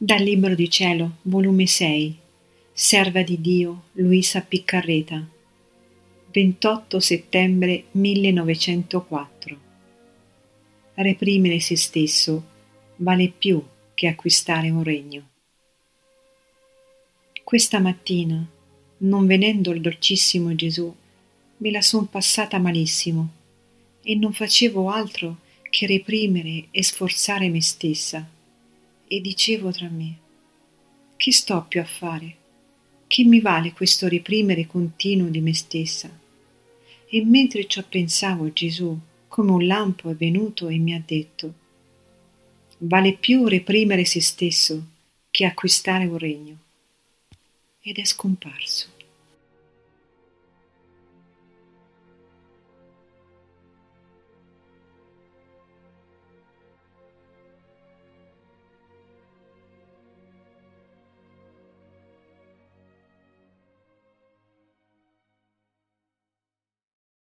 Dal Libro di Cielo, volume 6, Serva di Dio Luisa Piccarreta, 28 settembre 1904. Reprimere se stesso vale più che acquistare un regno. Questa mattina, non venendo il dolcissimo Gesù, me la son passata malissimo e non facevo altro che reprimere e sforzare me stessa. E dicevo tra me: che sto più a fare? Che mi vale questo reprimere continuo di me stessa? E mentre ciò pensavo, Gesù, come un lampo, è venuto e mi ha detto: vale più reprimere se stesso che acquistare un regno. Ed è scomparso.